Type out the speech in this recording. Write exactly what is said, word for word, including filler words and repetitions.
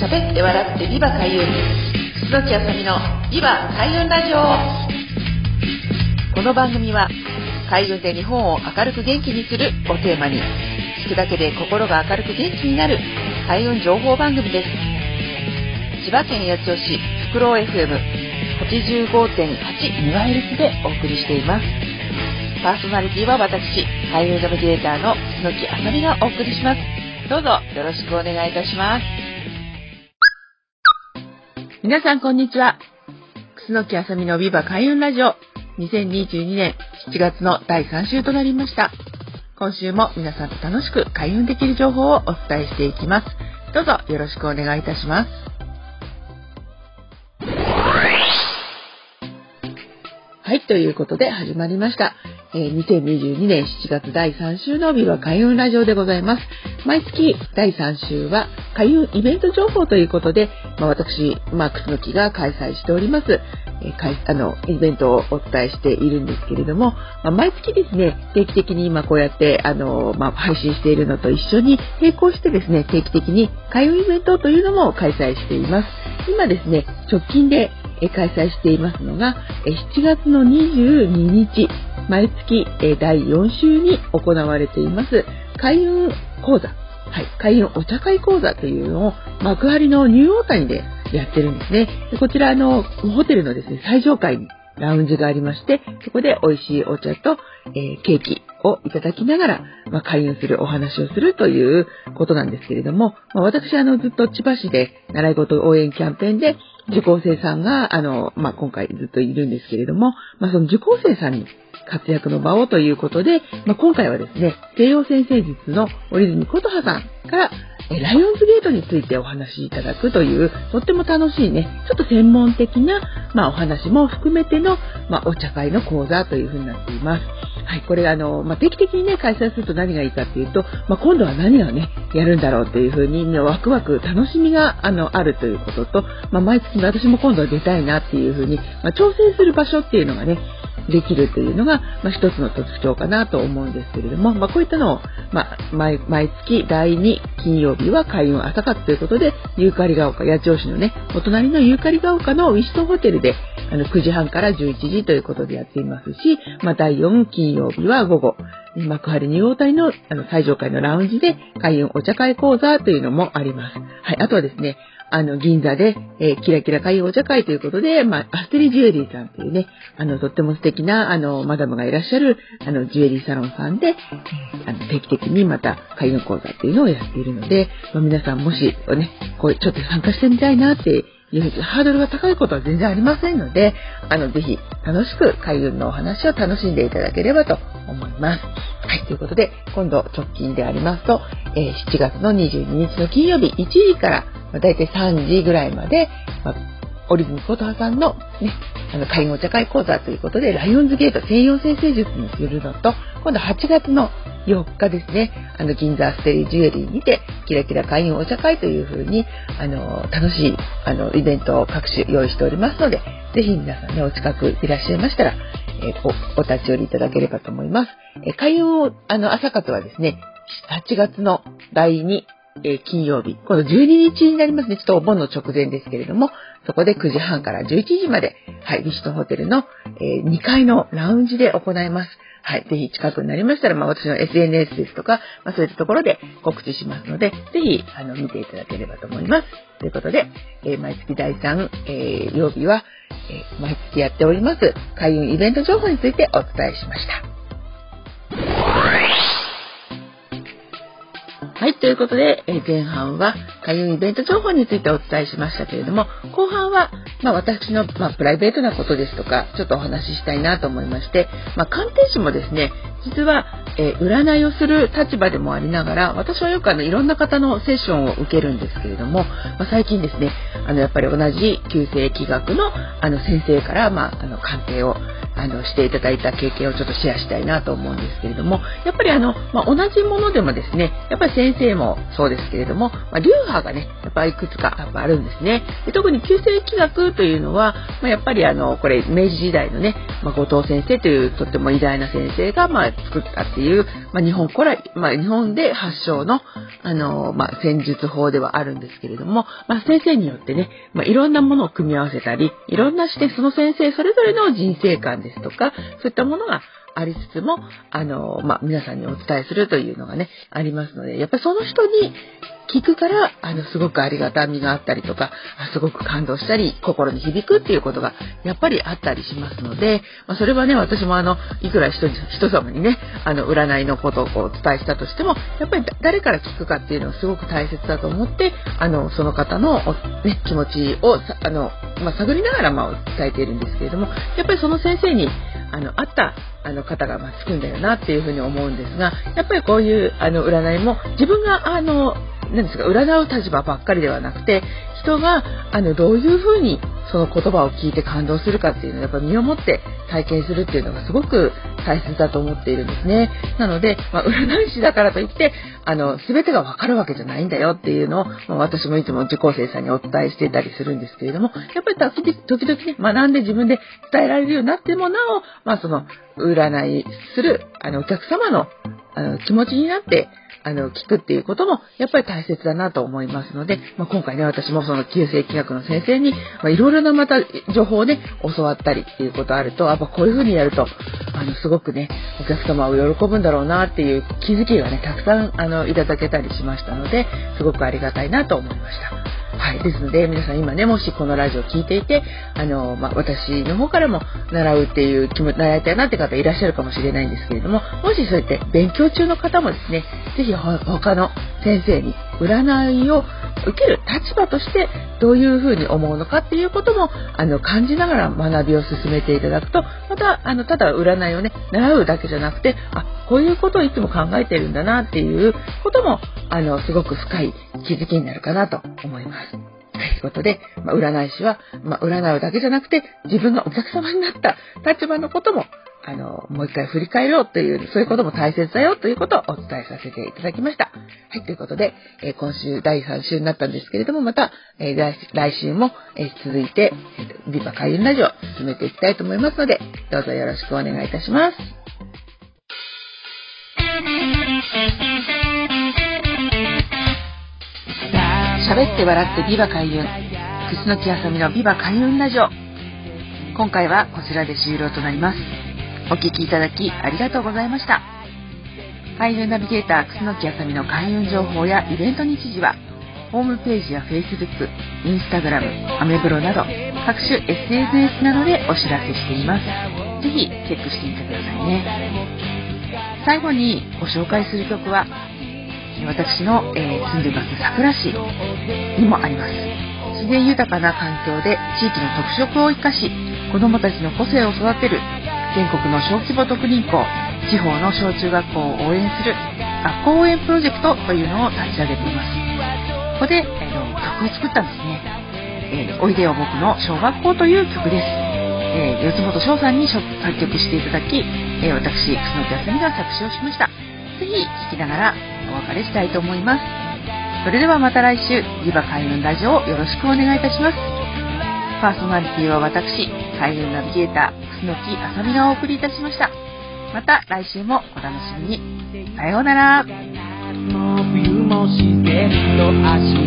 喋って笑ってビバ開運、楠木あさみのビバ開運ラジオ。この番組は開運で日本を明るく元気にするをテーマに、聞くだけで心が明るく元気になる開運情報番組です。千葉県八千代市フクロウ エフエムはちじゅうごてんはち メガヘルツでお送りしています。パーソナリティは私、開運ナビゲーターの楠木あさみがお送りします。どうぞよろしくお願いいたします。皆さんこんにちは。楠木あさみのビバ開運ラジオ、にせんにじゅうにねんしちがつのだいさん週となりました。今週も皆さんと楽しく開運できる情報をお伝えしていきます。どうぞよろしくお願いいたします。はい、ということで始まりました。えー、にせんにじゅうにねんしちがつだいさん週のビバ開運ラジオでございます。毎月だいさん週は開運イベント情報ということで、まあ、私、まあ、楠木が開催しております、えー、かいあのイベントをお伝えしているんですけれども、まあ、毎月ですね、定期的に今こうやってあの、まあ、配信しているのと一緒に並行してですね、定期的に開運イベントというのも開催しています。今ですね、直近で開催していますのがしちがつのにじゅうににち、毎月だいよん週に行われています開運講座、はい、開運お茶会講座というのを幕張のニューオータニでやってるんですね。でこちらのホテルのですね、最上階にラウンジがありまして、そこで美味しいお茶と、えー、ケーキをいただきながら、まあ、開運するお話をするということなんですけれども、まあ、私あのずっと千葉市で習い事応援キャンペーンで受講生さんがあの、まあ、今回ずっといるんですけれども、まあ、その受講生さんに活躍の場をということで、まあ、今回はですね、西洋占星術の折泉琴葉さんからライオンズゲートについてお話しいただくという、とっても楽しいね、ちょっと専門的な、まあ、お話も含めての、まあ、お茶会の講座というふうになっています。はい、これあの、まあ、定期的にね、開催すると何がいいかっていうと、まあ、今度は何をね、やるんだろうというふうに、ね、ワクワク、楽しみがあの、あるということと、まあ、毎月私も今度は出たいなっていうふうに、まあ、挑戦する場所っていうのがね、できるというのが、まあ、一つの特徴かなと思うんですけれども、まあ、こういったのを、まあ、毎, 毎月だいに金曜日は開運朝活ということで、ユーカリが丘、八千代市のね、お隣のユーカリが丘のウィシュトンホテルで、あのくじはんからじゅういちじということでやっていますし、まあ、だいよん金曜日は午後、幕張ニューオータニの、あの最上階のラウンジで開運お茶会講座というのもあります。はい、あとはですね、あの銀座で、えー、キラキラ開運お茶会ということで、まあ、アステリジュエリーさんというね、あのとっても素敵なあのマダムがいらっしゃるあのジュエリーサロンさんで、えー、あの定期的にまた開運講座っていうのをやっているので、まあ、皆さんもしね、こうちょっと参加してみたいなっていうハードルが高いことは全然ありませんので、あのぜひ楽しく開運のお話を楽しんでいただければと思います。はい、ということで今度直近でありますと、えー、しちがつのにじゅうににちの金曜日いちじから、まあ、だいたいさんじぐらいまで、まあ、折泉琴葉さんのね、あの開運お茶会講座ということで、ライオンズゲート西洋占星術にするのと、今度はちがつのよっかですね、あの銀座アステリジュエリーにてキラキラ開運お茶会という風にあの楽しいあのイベントを各種用意しておりますので、ぜひ皆さんね、お近くいらっしゃいましたら、えー、お, お立ち寄りいただければと思います。えー、開運をあの朝活はですね、はちがつのだいにえー、金曜日、今度じゅうににちになりますね。ちょっとお盆の直前ですけれども、そこでくじはんからじゅういちじまで、はい、ウィシュトンホテルの、えー、にかいのラウンジで行います。はい、ぜひ近くになりましたら、まあ、私の エスエヌエス ですとか、まあ、そういったところで告知しますので、ぜひあの見ていただければと思います。ということで、えー、毎月だいさん、えー、曜日は、えー、毎月やっております開運イベント情報についてお伝えしました。はい、ということで、えー、前半は開運イベント情報についてお伝えしましたけれども、後半は、まあ、私の、まあ、プライベートなことですとか、ちょっとお話ししたいなと思いまして、まあ、鑑定士もですね、実は、えー、占いをする立場でもありながら、私はよくあのいろんな方のセッションを受けるんですけれども、まあ、最近ですね、あのやっぱり同じ旧世紀学のあの先生から、まあ、あの鑑定をああのしていただいた経験をちょっとシェアしたいなと思うんですけれども、やっぱりあの、まあ、同じものでもですね、やっぱり先生もそうですけれども、まあ、流派がねやっぱりいくつかやっぱあるんですね。で特に旧世紀学というのは、まあ、やっぱりあのこれ明治時代のね、まあ、後藤先生というとっても偉大な先生がまあ作ったっていう、まあ、日本古来、まあ、日本で発祥のあの、まあ、戦術法ではあるんですけれども、まあ、先生によってね、まあ、いろんなものを組み合わせたり、いろんな視点、その先生それぞれの人生観ですとか、そういったものがありつつも、あの、まあ、皆さんにお伝えするというのがね、ありますので、やっぱりその人に聞くから、あの、すごくありがたみがあったりとか、すごく感動したり、心に響くっていうことが、やっぱりあったりしますので、まあ、それはね、私もあの、いくら人、人様にね、あの、占いのことをこうお伝えしたとしても、やっぱり誰から聞くかっていうのはすごく大切だと思って、あの、その方の、ね、気持ちを、あの、まあ、探りながら、まあ、伝えているんですけれども、やっぱりその先生に、あの、あった、あの方がまあつくんだよなっていうふうに思うんですが、やっぱりこういうあの占いも自分があの何ですか、占う立場ばっかりではなくて、人があのどういうふうにその言葉を聞いて感動するかっていうのをやっぱり身をもって体験するっていうのがすごく大切だと思っているんですね。なので、まあ、占い師だからといってあの全てが分かるわけじゃないんだよっていうのを、まあ、私もいつも受講生さんにお伝えしていたりするんですけれども、やっぱり時々ね学んで自分で伝えられるようになってもなお、まあ、その占いするあのお客様の、あの気持ちになってあの聞くっていうこともやっぱり大切だなと思いますので、まあ、今回ね私もその旧世紀学の先生にいろいろなまた情報をね教わったりっていうことあると、やっぱこういう風にやるとあのすごくねお客様を喜ぶんだろうなっていう気づきがねたくさんあのいただけたりしましたので、すごくありがたいなと思いました。はい、ですので皆さん今ねもしこのラジオを聞いていてあの、まあ、私の方からも習うっていう気も習いたいなって方いらっしゃるかもしれないんですけれども、もしそうやって勉強中の方もですね、ぜひ他の先生に占いを受ける立場としてどういうふうに思うのかっていうこともあの感じながら学びを進めていただくと、またあのただ占いをね習うだけじゃなくて、あこういうことをいつも考えてるんだなっていうこともあのすごく深い気づきになるかなと思います。ということで、まあ、占い師は、まあ、占うだけじゃなくて自分がお客様になった立場のこともあのもう一回振り返ろうという、そういうことも大切だよということをお伝えさせていただきました。はい、ということで、えー、今週だいさん週になったんですけれども、また、えー、来, 来週も、えー、続いて、えー、ビバ開運ラジオを進めていきたいと思いますので、どうぞよろしくお願いいたします。喋って笑ってビバ開運、楠木あさみのビバ開運ラジオ、今回はこちらで終了となります。お聞きいただきありがとうございました。開運ナビゲーター楠木あさみの開運情報やイベント日時はホームページや Facebook、Instagram、アメブロなど各種 エスエヌエス などでお知らせしています。ぜひチェックしてみてくださいね。最後にご紹介する曲は私の、えー、住んでいます佐倉市にもあります。自然豊かな環境で地域の特色を生かし子どもたちの個性を育てる全国の小規模特任校、地方の小中学校を応援する学校応援プロジェクトというのを立ち上げています。ここで、えー、曲を作ったんですね。えー、おいでよ僕の小学校という曲です。えー、四本翔さんに作曲していただき、えー、私楠木あさみが作詞をしました。ぜひ聴きながらお別れしたいと思います。それではまた来週ビバ開運ラジオをよろしくお願いいたします。パーソナリティは私開運ナビゲーター楠木あさみがお送りいたしました。また来週もお楽しみに。さようなら。もう冬もしてると足